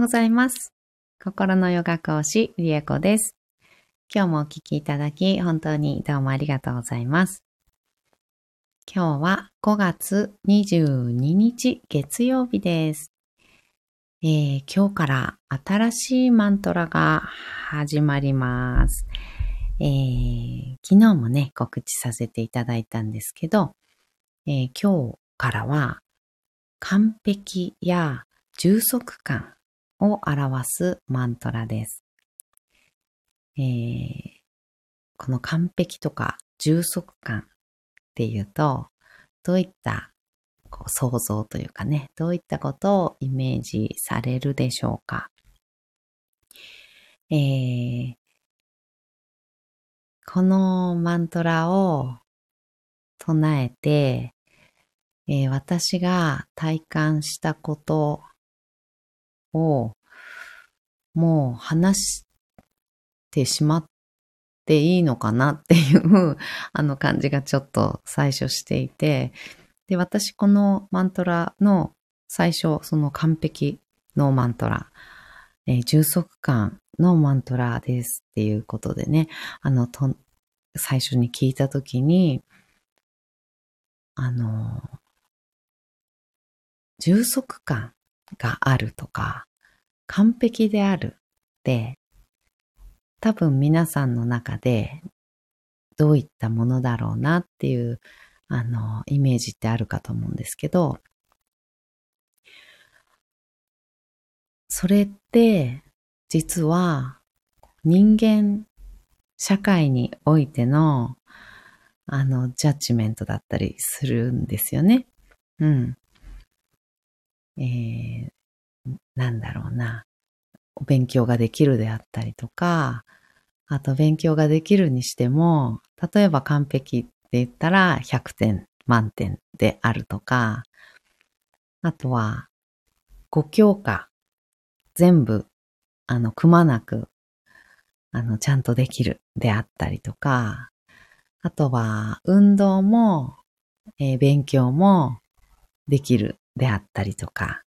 うございます。心のヨガ講師、リエコです。今日もお聞きいただき、本当にどうもありがとうございます。今日は5月22日月曜日です。今日から新しいマントラが始まります。昨日もね、告知させていただいたんですけど、今日からは完璧や充足感を表すマントラです。この完璧とか充足感っていうと、どういった想像というかね、どういったことをイメージされるでしょうか。このマントラを唱えて、私が体感したことをもう話してしまっていいのかなっていう感じがちょっと最初していて、で、私このマントラの最初、その完璧のマントラ、充足感のマントラですっていうことでね、最初に聞いたときに、充足感があるとか、完璧であるって、多分皆さんの中でどういったものだろうなっていう、イメージってあるかと思うんですけど、それって、実は人間社会においての、ジャッジメントだったりするんですよね。うん。なんだろうな。お勉強ができるであったりとか、あと勉強ができるにしても、例えば完璧って言ったら100点満点であるとか、あとは5教科全部、くまなく、ちゃんとできるであったりとか、あとは運動も、勉強もできるであったりとか、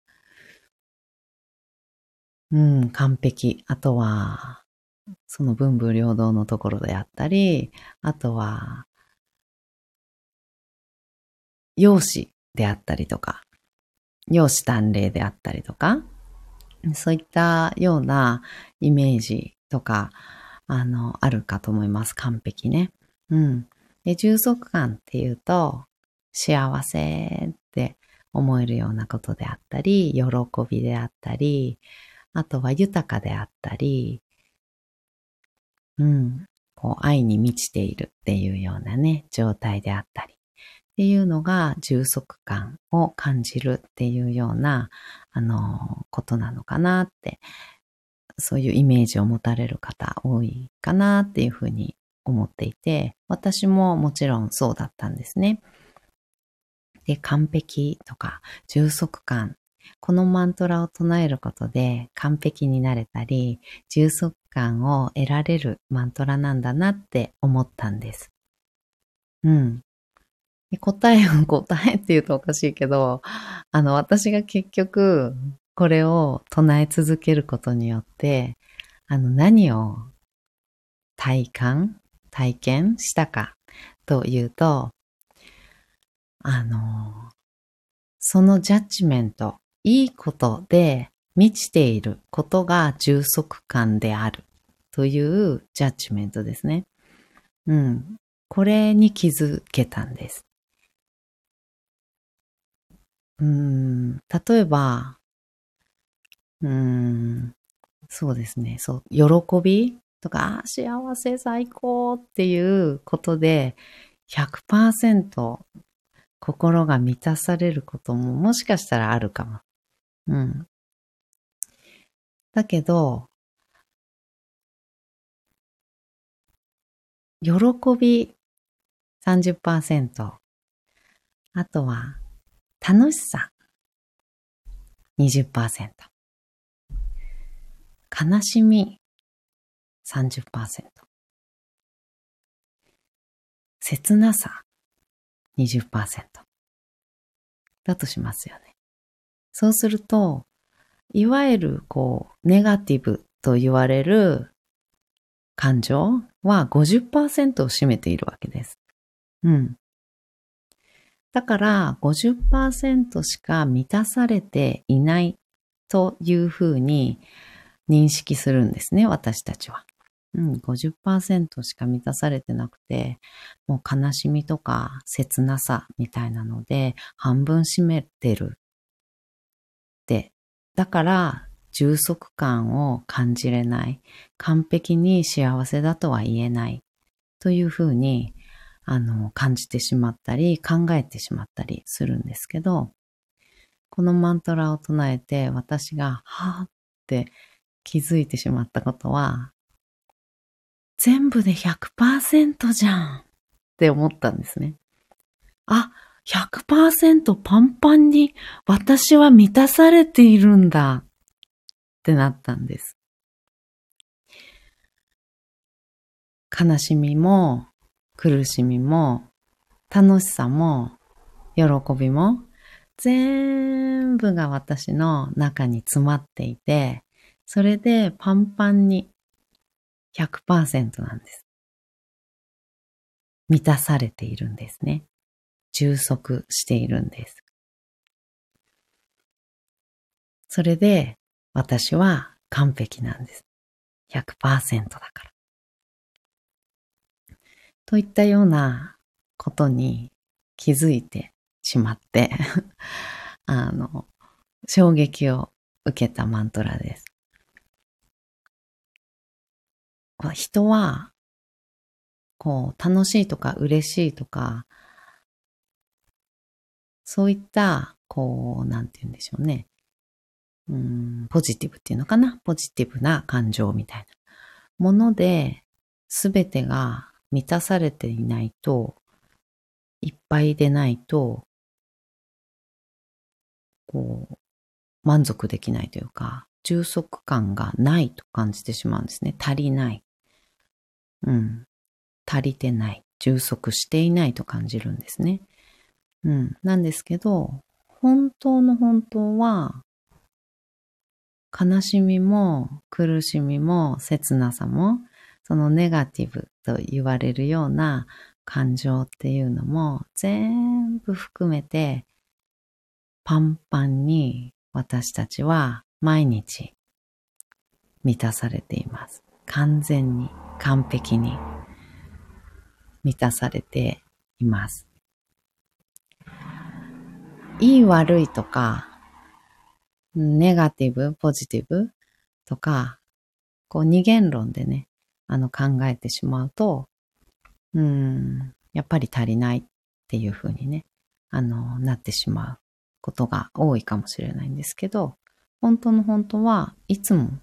完璧。あとは、その文武両道のところであったり、あとは、容姿であったりとか、容姿端麗であったりとか、そういったようなイメージとか、あるかと思います。完璧ね。で、充足感っていうと、幸せって思えるようなことであったり、喜びであったり、あとは豊かであったり、愛に満ちているっていうようなね、状態であったりっていうのが充足感を感じるっていうような、ことなのかなって、そういうイメージを持たれる方多いかなっていうふうに思っていて、私ももちろんそうだったんですね。で、完璧とか充足感、このマントラを唱えることで完璧になれたり、充足感を得られるマントラなんだなって思ったんです。で答えって言うとおかしいけど、私が結局これを唱え続けることによって、何を体験したかというと、そのジャッジメント、いいことで満ちていることが充足感であるというジャッジメントですね。これに気づけたんです。例えば、そうですね、喜びとか、幸せ最高っていうことで、100% 心が満たされることももしかしたらあるかも。だけど、喜び 30%、あとは楽しさ 20%、悲しみ 30%、切なさ 20% だとしますよね。そうすると、 いわゆるネガティブと言われる感情は 50% を占めているわけです。うん。だから50% しか満たされていないというふうに認識するんですね、私たちは。50% しか満たされてなくて、もう悲しみとか切なさみたいなので半分占めてるって。だから充足感を感じれない。完璧に幸せだとは言えないというふうに感じてしまったり考えてしまったりするんですけど、このマントラを唱えて私がはぁって気づいてしまったことは、全部で 100% じゃんって思ったんですね。あ、100% パンパンに私は満たされているんだってなったんです。悲しみも苦しみも楽しさも喜びも全部が私の中に詰まっていて、それでパンパンに 100% なんです。満たされているんですね。充足しているんです。それで私は完璧なんです。100% だから。といったようなことに気づいてしまって衝撃を受けたマントラです。人は、楽しいとか嬉しいとか、そういった、なんて言うんでしょうね。ポジティブっていうのかな。ポジティブな感情みたいなもので、すべてが満たされていないと、いっぱいでないと、満足できないというか、充足感がないと感じてしまうんですね。足りない。足りてない。充足していないと感じるんですね。なんですけど、本当の本当は、悲しみも苦しみも切なさも、そのネガティブと言われるような感情っていうのも全部含めてパンパンに私たちは毎日満たされています。完全に、完璧に満たされています。いい悪いとか、ネガティブ、ポジティブとか、二元論でね、考えてしまうと、やっぱり足りないっていう風にね、なってしまうことが多いかもしれないんですけど、本当の本当はいつも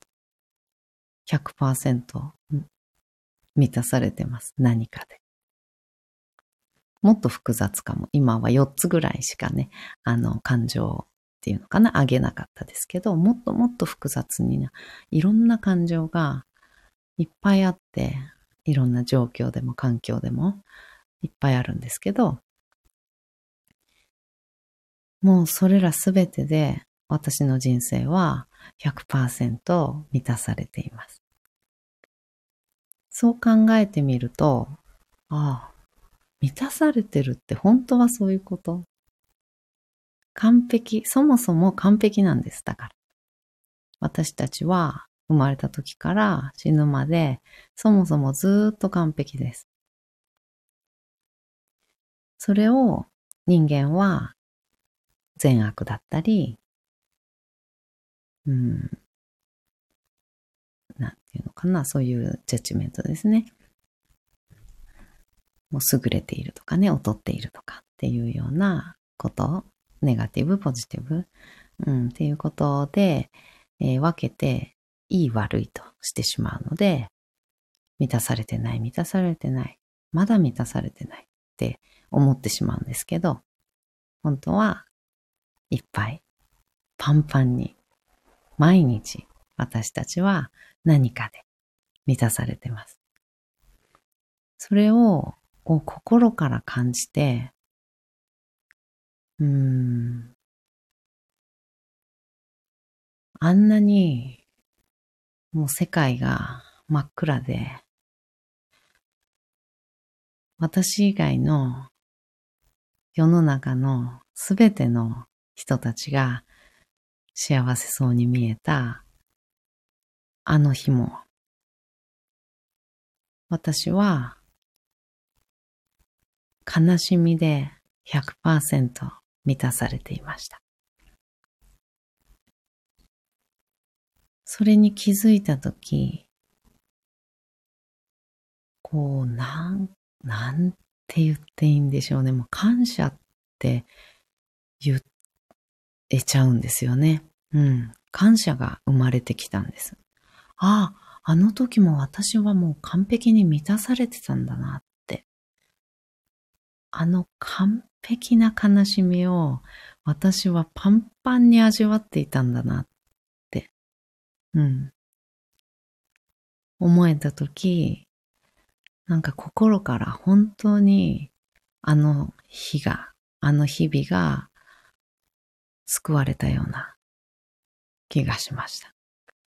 100% 満たされてます。何かで。もっと複雑かも。今は4つぐらいしかね、感情っていうのかな、あげなかったですけど、もっともっと複雑にいろんな感情がいっぱいあって、いろんな状況でも環境でもいっぱいあるんですけど、もうそれらすべてで私の人生は 100% 満たされています。そう考えてみると、ああ、満たされてるって本当はそういうこと。完璧、そもそも完璧なんです。だから。私たちは生まれた時から死ぬまで、そもそもずっと完璧です。それを人間は善悪だったり、なんていうのかな、そういうジャッジメントですね。もう優れているとかね、劣っているとかっていうようなこと、ネガティブ、ポジティブ、っていうことで、分けていい悪いとしてしまうので、満たされてない、満たされてない、まだ満たされてないって思ってしまうんですけど、本当はいっぱい、パンパンに、毎日私たちは何かで満たされてます。それを心から感じて、 あんなにもう世界が真っ暗で、私以外の世の中のすべての人たちが幸せそうに見えたあの日も、私は悲しみで 100% 満たされていました。それに気づいたとき、こう、なんて言っていいんでしょうね。もう感謝って言えちゃうんですよね。うん。感謝が生まれてきたんです。ああ、あの時も私はもう完璧に満たされてたんだなって。あの完璧な悲しみを私はパンパンに味わっていたんだなって。うん。思えた時、なんか心から本当にあのあの日々が救われたような気がしました。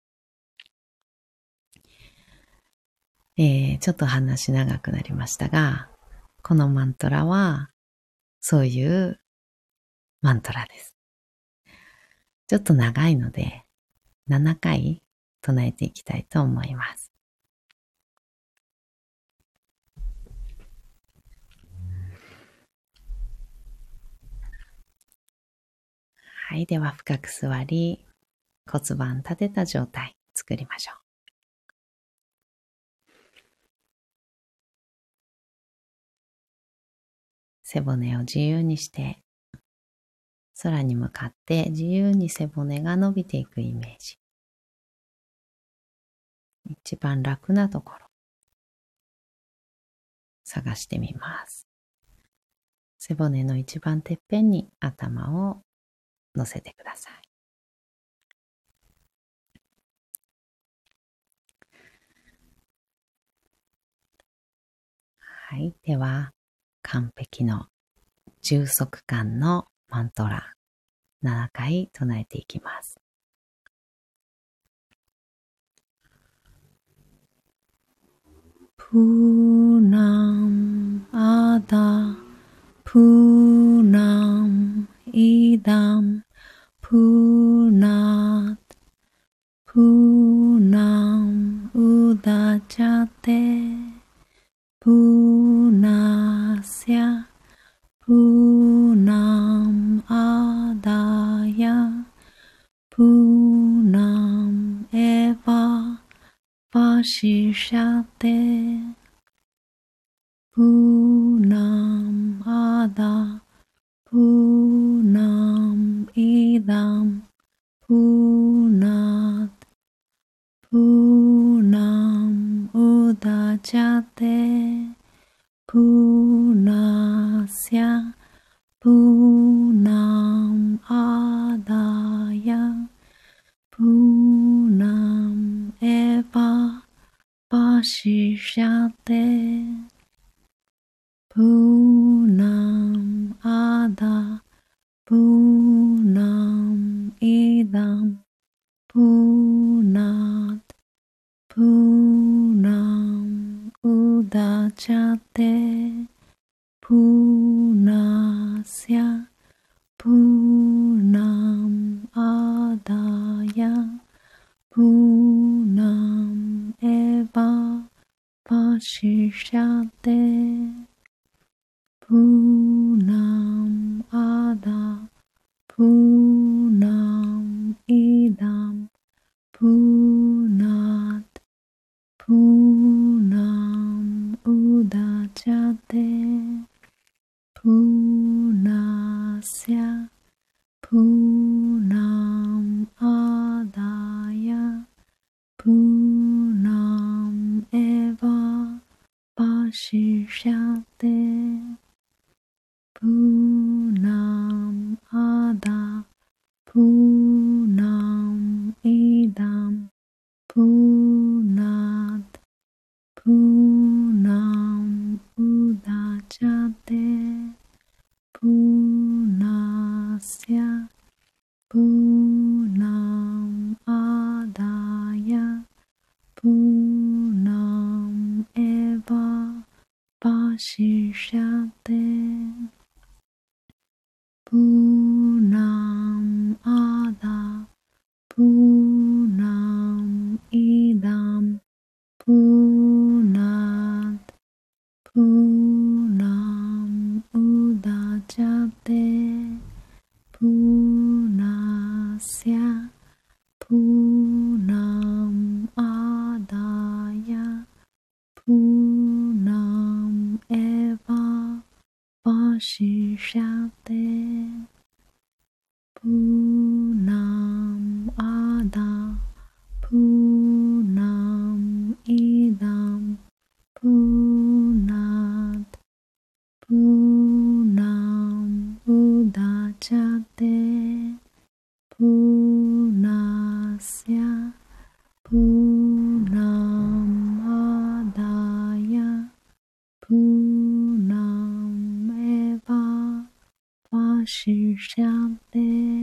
ちょっと話長くなりましたが、このマントラはそういうマントラです。ちょっと長いので7回唱えていきたいと思います。はい、では深く座り、骨盤立てた状態作りましょう。背骨を自由にして、空に向かって自由に背骨が伸びていくイメージ。一番楽なところ、探してみます。背骨の一番てっぺんに頭を乗せてください。はい、では完璧の充足感のマントラ7回唱えていきます。プーナムアダプーナムイダムプーナープーナムウダチャテプーナーシャプーナムアダヤプーナムエヴァパシシャテプーナムアダプーナムイダムプーナープーナムウダチャテプーナーシャプーナムアダヤプーナムエヴァパシシャテプーナムアダプーナムイダムプーナープーナムウダチャテプーナシャプーナムアダヤプーナムエヴァパシシャテプーナムアダプーナムイダムプーナープーナムウダチャテプーナシャプーナムアダヤプーナムエヴァパシシャテプーナムアダプーナムイダムプーナープーナムウダチャテプーナシャプーナムシシャテプナムアダプナムイダムプナップナムウダチャテプナシャプナムアダヤプナムエヴァバシシャテプナムアダプナムイダムプナップナムウダチャテプナシャプナムアダヤプナムエヴァバシシャテ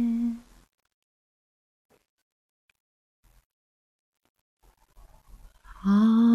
ア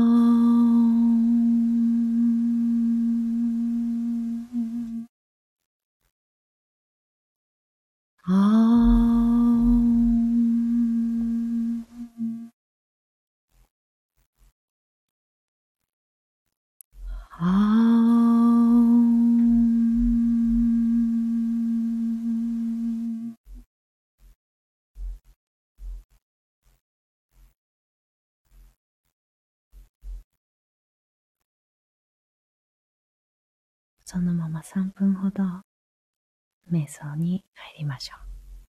そのまま3分ほど瞑想に入りましょう。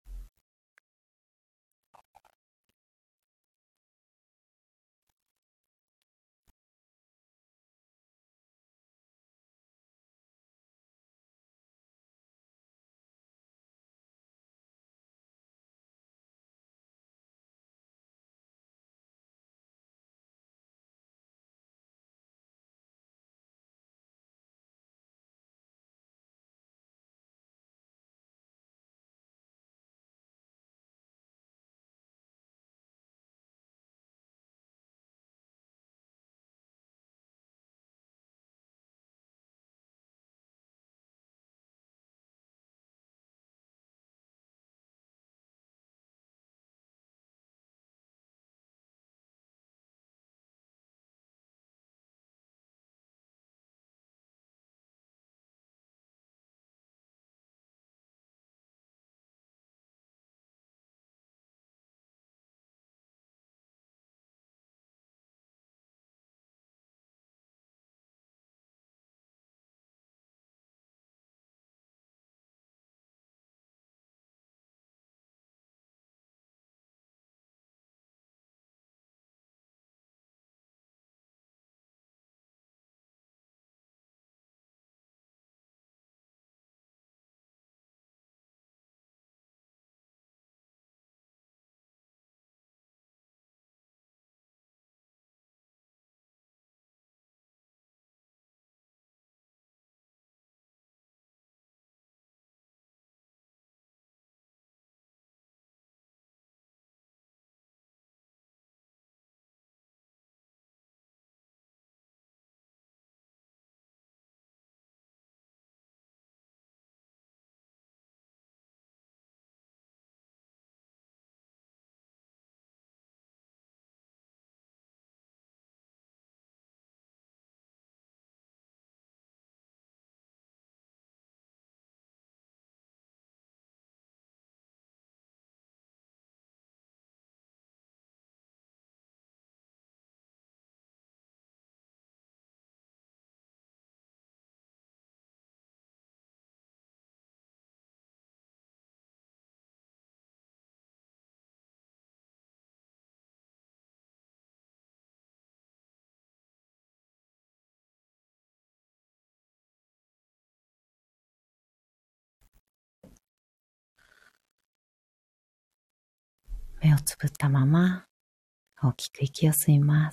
目をつぶったまま大きく息を吸います。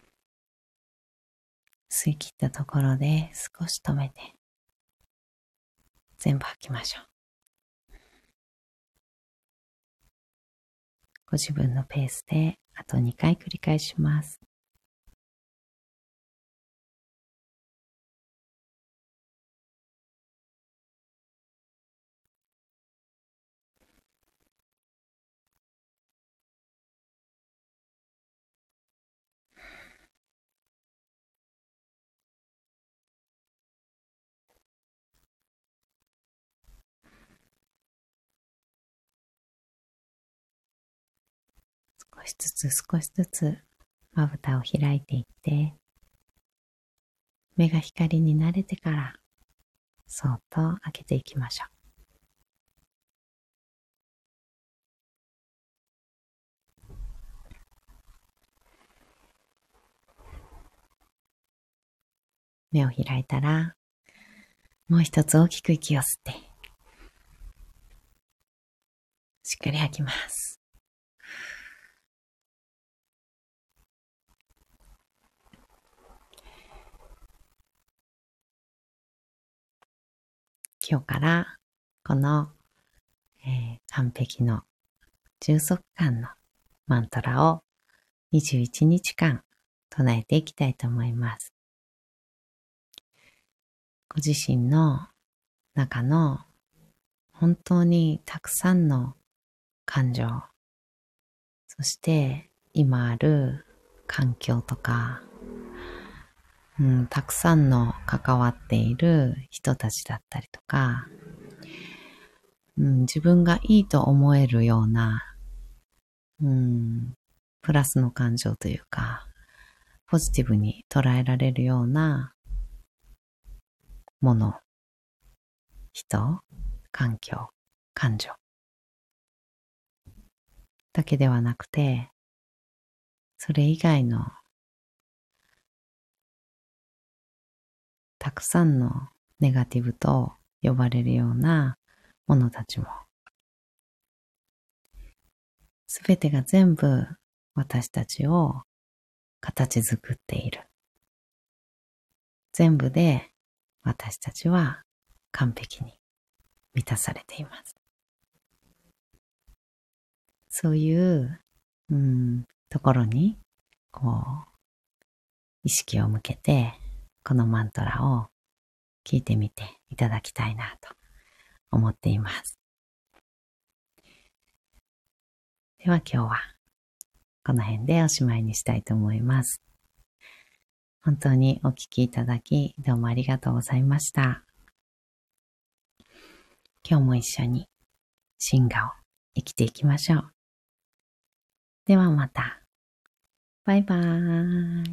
吸い切ったところで少し止めて全部吐きましょう。ご自分のペースであと2回繰り返します。 少しずつまぶたを開いていって、目が光に慣れてからそっと開けていきましょう。目を開いたら、もう一つ大きく息を吸って、しっかり吐きます。今日からこの、完璧の充足感のマントラを21日間唱えていきたいと思います。ご自身の中の本当にたくさんの感情、そして今ある環境とか、たくさんの関わっている人たちだったりとか、自分がいいと思えるような、プラスの感情というか、ポジティブに捉えられるようなもの、人、環境、感情だけではなくて、それ以外のたくさんのネガティブと呼ばれるようなものたちも、すべてが全部私たちを形作っている。全部で私たちは完璧に満たされています。そういう、ところに意識を向けてこのマントラを聞いてみていただきたいなと思っています。では今日はこの辺でおしまいにしたいと思います。本当にお聞きいただきどうもありがとうございました。今日も一緒に真我を生きていきましょう。ではまた。バイバーイ。